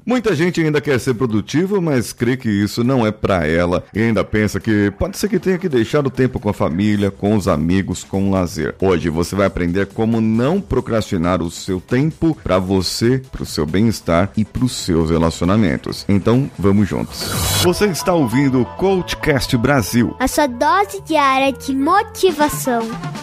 Muita gente ainda quer ser produtivo, mas crê que isso não é pra ela e ainda pensa que pode ser que tenha que deixar o tempo com a família, com os amigos, com o lazer. Hoje você vai aprender como não procrastinar o seu tempo pra você, pro seu bem-estar e pros seus relacionamentos. Então, vamos juntos. Você está ouvindo o Coachcast Brasil, a sua dose diária de motivação.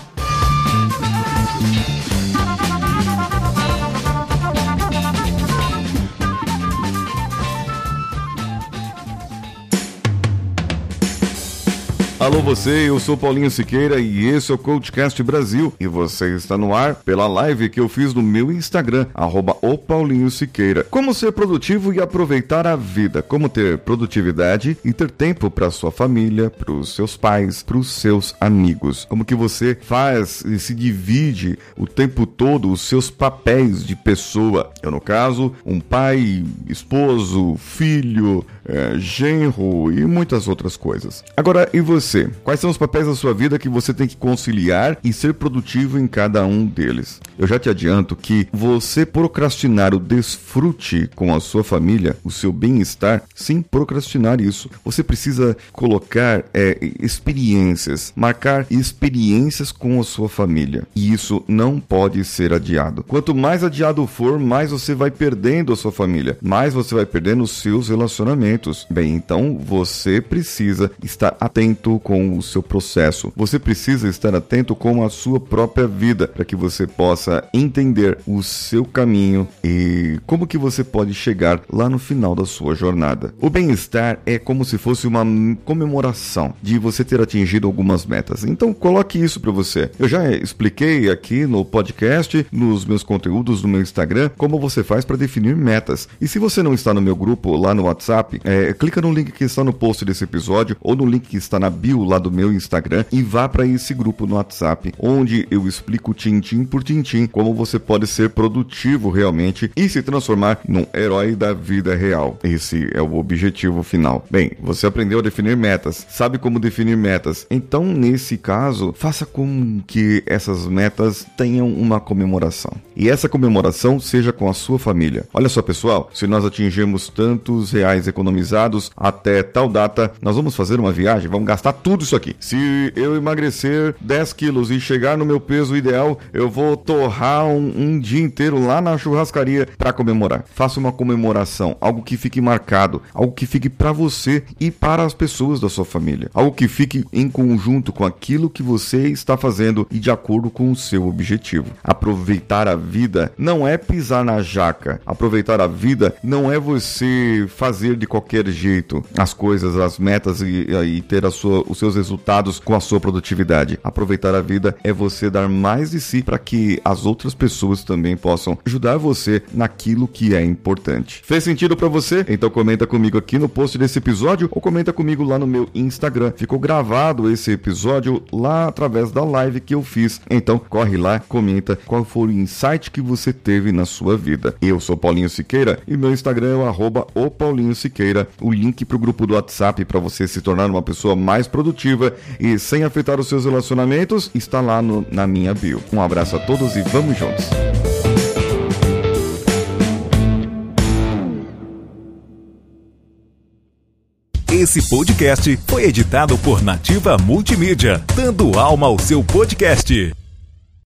Alô você, eu sou Paulinho Siqueira e esse é o Coachcast Brasil e você está no ar pela live que eu fiz no meu Instagram, @opaulinhosiqueira. Como ser produtivo e aproveitar a vida, como ter produtividade e ter tempo para sua família, para os seus pais, para os seus amigos. Como que você faz e se divide o tempo todo os seus papéis de pessoa. Eu, no caso, um pai, esposo, filho, genro e muitas outras coisas. Agora, e você? Quais são os papéis da sua vida que você tem que conciliar e ser produtivo em cada um deles? Eu já te adianto que você procrastinar o desfrute com a sua família, o seu bem-estar, sim, procrastinar isso. Você precisa colocar experiências, marcar experiências com a sua família. E isso não pode ser adiado. Quanto mais adiado for, mais você vai perdendo a sua família, mais você vai perdendo os seus relacionamentos. Bem, então você precisa estar atento com o seu processo. Você precisa estar atento com a sua própria vida para que você possa entender o seu caminho e como que você pode chegar lá no final da sua jornada. O bem-estar é como se fosse uma comemoração de você ter atingido algumas metas. Então coloque isso para você. Eu já expliquei aqui no podcast, nos meus conteúdos no meu Instagram, como você faz para definir metas. E se você não está no meu grupo lá no WhatsApp, clica no link que está no post desse episódio ou no link que está na bio lá do meu Instagram e vá para esse grupo no WhatsApp, onde eu explico tintim por tintim como você pode ser produtivo realmente e se transformar num herói da vida real. Esse é o objetivo final. Bem, você aprendeu a definir metas, sabe como definir metas. Então, nesse caso, faça com que essas metas tenham uma comemoração. E essa comemoração seja com a sua família. Olha só, pessoal, se nós atingirmos tantos reais economizados até tal data, nós vamos fazer uma viagem, vamos gastar tudo isso aqui. Se eu emagrecer 10 quilos e chegar no meu peso ideal, eu vou torrar um dia inteiro lá na churrascaria para comemorar. Faça uma comemoração, algo que fique marcado, algo que fique para você e para as pessoas da sua família. Algo que fique em conjunto com aquilo que você está fazendo e de acordo com o seu objetivo. Aproveitar a vida não é pisar na jaca. Aproveitar a vida não é você fazer de qualquer jeito as coisas, as metas e ter os seus resultados com a sua produtividade. Aproveitar a vida é você dar mais de si para que as outras pessoas também possam ajudar você naquilo que é importante. Fez sentido para você? Então comenta comigo aqui no post desse episódio ou comenta comigo lá no meu Instagram. Ficou gravado esse episódio lá através da live que eu fiz. Então corre lá, comenta qual foi o insight que você teve na sua vida. Eu sou Paulinho Siqueira e meu Instagram é o @opaulinhosiqueira. O link pro grupo do WhatsApp para você se tornar uma pessoa mais produtiva e sem afetar os seus relacionamentos está lá na minha bio. Um abraço a todos e vamos juntos! Esse podcast foi editado por Nativa Multimídia, dando alma ao seu podcast.